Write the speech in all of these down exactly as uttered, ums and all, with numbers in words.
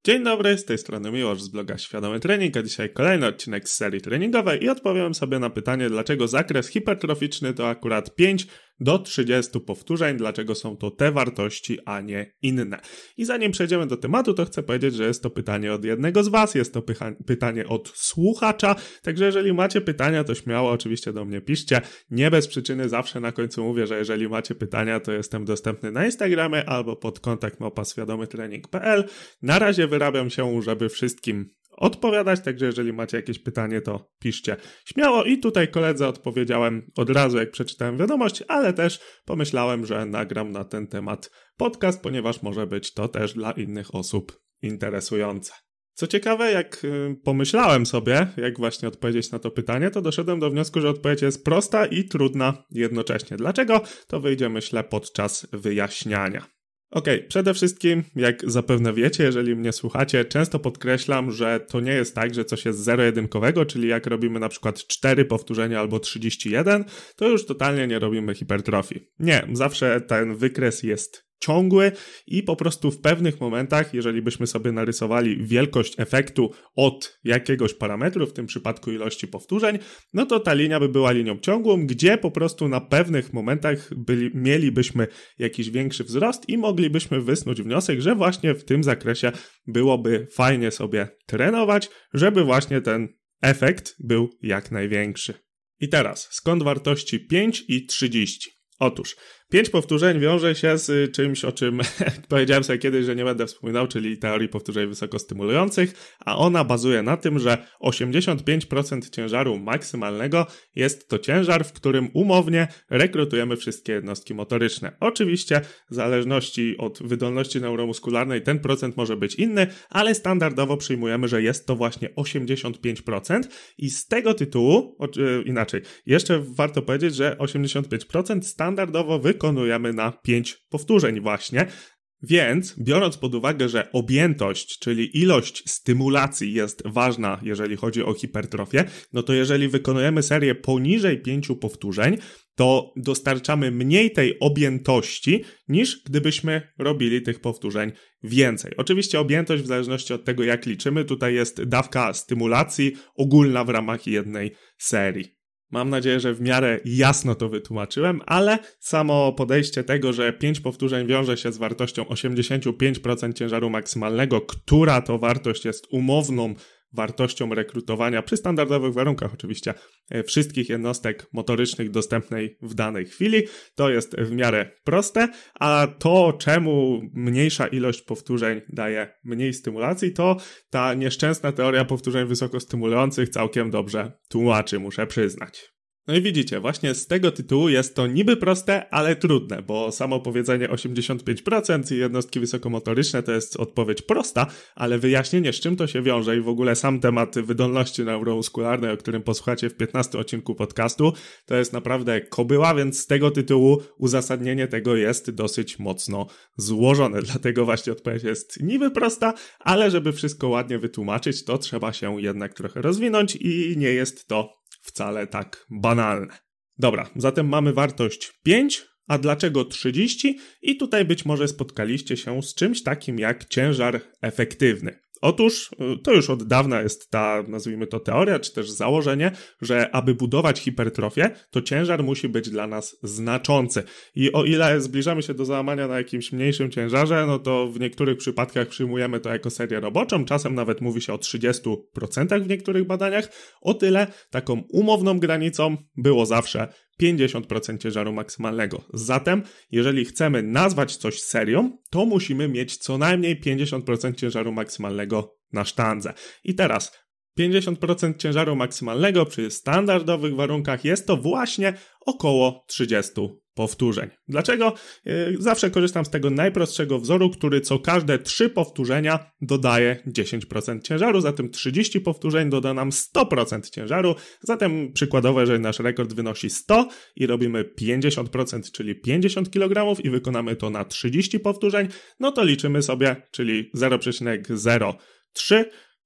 Dzień dobry, z tej strony Miłosz z bloga Świadomy Trening, a dzisiaj kolejny odcinek z serii treningowej i odpowiem sobie na pytanie, dlaczego zakres hipertroficzny to akurat pięć do trzydziestu powtórzeń, dlaczego są to te wartości, a nie inne. I zanim przejdziemy do tematu, to chcę powiedzieć, że jest to pytanie od jednego z was, jest to pycha- pytanie od słuchacza, także jeżeli macie pytania, to śmiało oczywiście do mnie piszcie. Nie bez przyczyny zawsze na końcu mówię, że jeżeli macie pytania, to jestem dostępny na Instagramie albo pod kontakt małpa świadomy trening kropka p l. Na razie wyrabiam się, żeby wszystkim odpowiadać, także jeżeli macie jakieś pytanie, to piszcie śmiało. I tutaj koledze odpowiedziałem od razu, jak przeczytałem wiadomość, ale też pomyślałem, że nagram na ten temat podcast, ponieważ może być to też dla innych osób interesujące. Co ciekawe, jak pomyślałem sobie, jak właśnie odpowiedzieć na to pytanie, to doszedłem do wniosku, że odpowiedź jest prosta i trudna jednocześnie. Dlaczego? To wyjdzie, myślę, podczas wyjaśniania. Okej, okay, przede wszystkim, jak zapewne wiecie, jeżeli mnie słuchacie, często podkreślam, że to nie jest tak, że coś jest zero-jedynkowego, czyli jak robimy na przykład cztery powtórzenia albo trzydzieści jeden, to już totalnie nie robimy hipertrofii. Nie, zawsze ten wykres jest ciągły i po prostu w pewnych momentach, jeżeli byśmy sobie narysowali wielkość efektu od jakiegoś parametru, w tym przypadku ilości powtórzeń, no to ta linia by była linią ciągłą, gdzie po prostu na pewnych momentach byli, mielibyśmy jakiś większy wzrost i moglibyśmy wysnuć wniosek, że właśnie w tym zakresie byłoby fajnie sobie trenować, żeby właśnie ten efekt był jak największy. I teraz, skąd wartości pięć i trzydzieści? Otóż, pięć powtórzeń wiąże się z czymś, o czym powiedziałem sobie kiedyś, że nie będę wspominał, czyli teorii powtórzeń wysokostymulujących, a ona bazuje na tym, że osiemdziesiąt pięć procent ciężaru maksymalnego jest to ciężar, w którym umownie rekrutujemy wszystkie jednostki motoryczne. Oczywiście w zależności od wydolności neuromuskularnej ten procent może być inny, ale standardowo przyjmujemy, że jest to właśnie osiemdziesiąt pięć procent i z tego tytułu, o, inaczej, jeszcze warto powiedzieć, że osiemdziesiąt pięć procent standardowo wy wykonujemy na pięć powtórzeń właśnie, więc biorąc pod uwagę, że objętość, czyli ilość stymulacji jest ważna, jeżeli chodzi o hipertrofię, no to jeżeli wykonujemy serię poniżej pięciu powtórzeń, to dostarczamy mniej tej objętości, niż gdybyśmy robili tych powtórzeń więcej. Oczywiście objętość w zależności od tego, jak liczymy, tutaj jest dawka stymulacji ogólna w ramach jednej serii. Mam nadzieję, że w miarę jasno to wytłumaczyłem, ale samo podejście tego, że pięć powtórzeń wiąże się z wartością osiemdziesiąt pięć procent ciężaru maksymalnego, która to wartość jest umowną wartością rekrutowania przy standardowych warunkach oczywiście wszystkich jednostek motorycznych dostępnej w danej chwili, to jest w miarę proste, a to czemu mniejsza ilość powtórzeń daje mniej stymulacji, to ta nieszczęsna teoria powtórzeń wysokostymulujących całkiem dobrze tłumaczy, muszę przyznać. No i widzicie, właśnie z tego tytułu jest to niby proste, ale trudne, bo samo powiedzenie osiemdziesiąt pięć procent i jednostki wysokomotoryczne to jest odpowiedź prosta, ale wyjaśnienie, z czym to się wiąże i w ogóle sam temat wydolności neuromuskularnej, o którym posłuchacie w piętnastym odcinku podcastu, to jest naprawdę kobyła, więc z tego tytułu uzasadnienie tego jest dosyć mocno złożone, dlatego właśnie odpowiedź jest niby prosta, ale żeby wszystko ładnie wytłumaczyć, to trzeba się jednak trochę rozwinąć i nie jest to wcale tak banalne. Dobra, zatem mamy wartość pięć, a dlaczego trzydzieści? I tutaj być może spotkaliście się z czymś takim jak ciężar efektywny. Otóż to już od dawna jest ta, nazwijmy to teoria, czy też założenie, że aby budować hipertrofię, to ciężar musi być dla nas znaczący. I o ile zbliżamy się do załamania na jakimś mniejszym ciężarze, no to w niektórych przypadkach przyjmujemy to jako serię roboczą, czasem nawet mówi się o trzydziestu procentach w niektórych badaniach, o tyle taką umowną granicą było zawsze pięćdziesiąt procent ciężaru maksymalnego. Zatem, jeżeli chcemy nazwać coś serią, to musimy mieć co najmniej pięćdziesiąt procent ciężaru maksymalnego na sztandze. I teraz pięćdziesiąt procent ciężaru maksymalnego przy standardowych warunkach jest to właśnie około trzydzieści powtórzeń. Dlaczego? Yy, zawsze korzystam z tego najprostszego wzoru, który co każde trzy powtórzenia dodaje dziesięć procent ciężaru, zatem trzydzieści powtórzeń doda nam sto procent ciężaru, zatem przykładowo, jeżeli nasz rekord wynosi sto i robimy pięćdziesiąt procent, czyli pięćdziesiąt kilogramów i wykonamy to na trzydzieści powtórzeń, no to liczymy sobie, czyli zero przecinek zero trzy,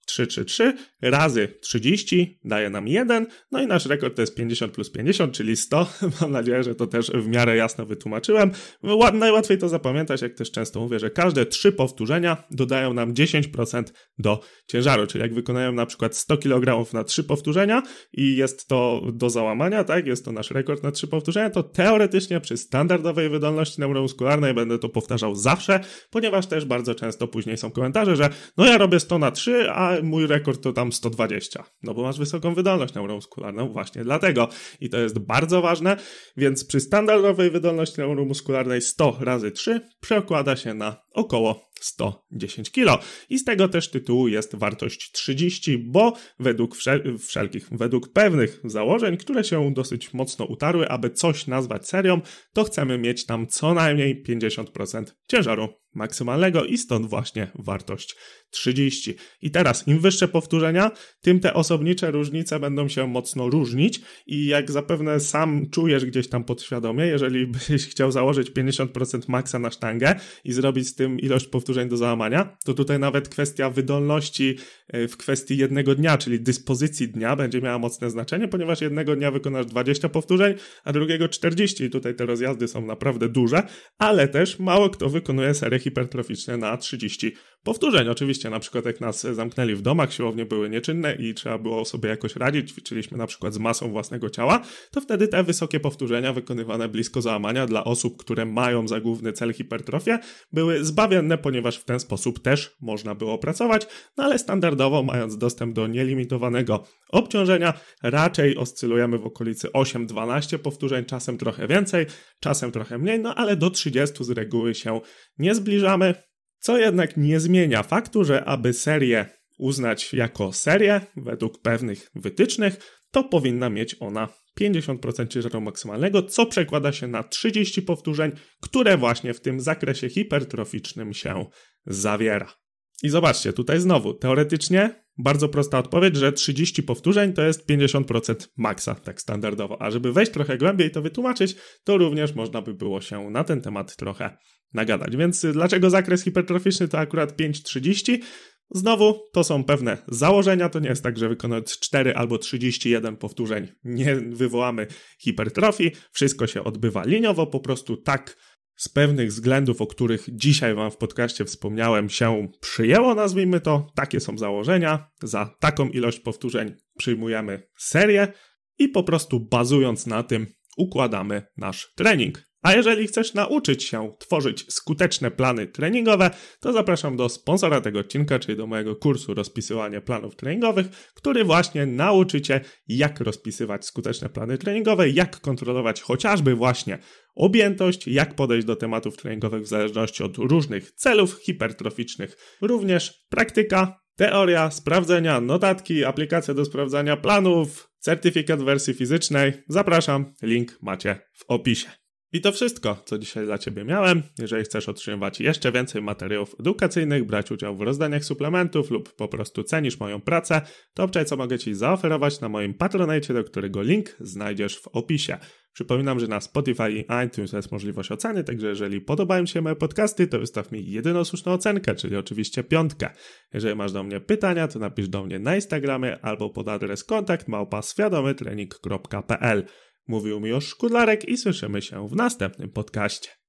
trzy, trzy, trzy razy trzydzieści daje nam jeden, no i nasz rekord to jest pięćdziesiąt plus pięćdziesiąt, czyli sto. Mam nadzieję, że to też w miarę jasno wytłumaczyłem. Najłatwiej to zapamiętać, jak też często mówię, że każde trzy powtórzenia dodają nam dziesięć procent do ciężaru, czyli jak wykonujemy na przykład sto kilogramów na trzy powtórzenia i jest to do załamania, tak, jest to nasz rekord na trzy powtórzenia, to teoretycznie przy standardowej wydolności neuromuskularnej będę to powtarzał zawsze, ponieważ też bardzo często później są komentarze, że no ja robię sto na trzy, a mój rekord to tam sto dwadzieścia. No bo masz wysoką wydolność neuromuskularną właśnie dlatego. I to jest bardzo ważne, więc przy standardowej wydolności neuromuskularnej sto razy trzy przekłada się na około sto dziesięć kilo. I z tego też tytułu jest wartość trzydzieści, bo według wszel- wszelkich, według pewnych założeń, które się dosyć mocno utarły, aby coś nazwać serią, to chcemy mieć tam co najmniej pięćdziesiąt procent ciężaru maksymalnego i stąd właśnie wartość trzydzieści. I teraz im wyższe powtórzenia, tym te osobnicze różnice będą się mocno różnić i jak zapewne sam czujesz gdzieś tam podświadomie, jeżeli byś chciał założyć pięćdziesiąt procent maksa na sztangę i zrobić z tym ilość powtórzeń do załamania, to tutaj nawet kwestia wydolności w kwestii jednego dnia, czyli dyspozycji dnia będzie miała mocne znaczenie, ponieważ jednego dnia wykonasz dwadzieścia powtórzeń, a drugiego czterdzieści i tutaj te rozjazdy są naprawdę duże, ale też mało kto wykonuje serie hipertroficzne na trzydzieści powtórzeń. Oczywiście na przykład jak nas zamknęli w domach, siłownie były nieczynne i trzeba było sobie jakoś radzić, ćwiczyliśmy na przykład z masą własnego ciała, to wtedy te wysokie powtórzenia wykonywane blisko załamania dla osób, które mają za główny cel hipertrofię, były zbawienne, ponieważ w ten sposób też można było pracować, no ale standardowo mając dostęp do nielimitowanego obciążenia, raczej oscylujemy w okolicy osiem dwanaście powtórzeń, czasem trochę więcej, czasem trochę mniej, no ale do trzydziestu z reguły się nie zbliżamy, co jednak nie zmienia faktu, że aby serię uznać jako serię według pewnych wytycznych, to powinna mieć ona pięćdziesiąt procent ciężaru maksymalnego, co przekłada się na trzydzieści powtórzeń, które właśnie w tym zakresie hipertroficznym się zawiera. I zobaczcie, tutaj znowu, teoretycznie bardzo prosta odpowiedź, że trzydzieści powtórzeń to jest pięćdziesiąt procent maksa, tak standardowo. A żeby wejść trochę głębiej i to wytłumaczyć, to również można by było się na ten temat trochę nagadać. Więc dlaczego zakres hipertroficzny to akurat pięć trzydzieści? Znowu, to są pewne założenia, to nie jest tak, że wykonując cztery albo trzydzieści jeden powtórzeń nie wywołamy hipertrofii, wszystko się odbywa liniowo, po prostu tak z pewnych względów, o których dzisiaj wam w podcaście wspomniałem, się przyjęło, nazwijmy to, takie są założenia, za taką ilość powtórzeń przyjmujemy serię i po prostu bazując na tym układamy nasz trening. A jeżeli chcesz nauczyć się tworzyć skuteczne plany treningowe, to zapraszam do sponsora tego odcinka, czyli do mojego kursu Rozpisywanie planów treningowych, który właśnie nauczy cię, jak rozpisywać skuteczne plany treningowe, jak kontrolować chociażby właśnie objętość, jak podejść do tematów treningowych w zależności od różnych celów hipertroficznych. Również praktyka, teoria, sprawdzenia, notatki, aplikacja do sprawdzania planów, certyfikat w wersji fizycznej. Zapraszam, link macie w opisie. I to wszystko, co dzisiaj dla Ciebie miałem. Jeżeli chcesz otrzymywać jeszcze więcej materiałów edukacyjnych, brać udział w rozdaniach suplementów lub po prostu cenisz moją pracę, to obczaj, co mogę Ci zaoferować na moim Patronite, do którego link znajdziesz w opisie. Przypominam, że na Spotify i iTunes jest możliwość oceny, także jeżeli podobają Ci się moje podcasty, to wystaw mi jedyną słuszną ocenkę, czyli oczywiście piątkę. Jeżeli masz do mnie pytania, to napisz do mnie na Instagramie albo pod adres kontakt małpa świadomytrening kropka p l. Mówił Miłosz Szkudlarek i słyszymy się w następnym podcaście.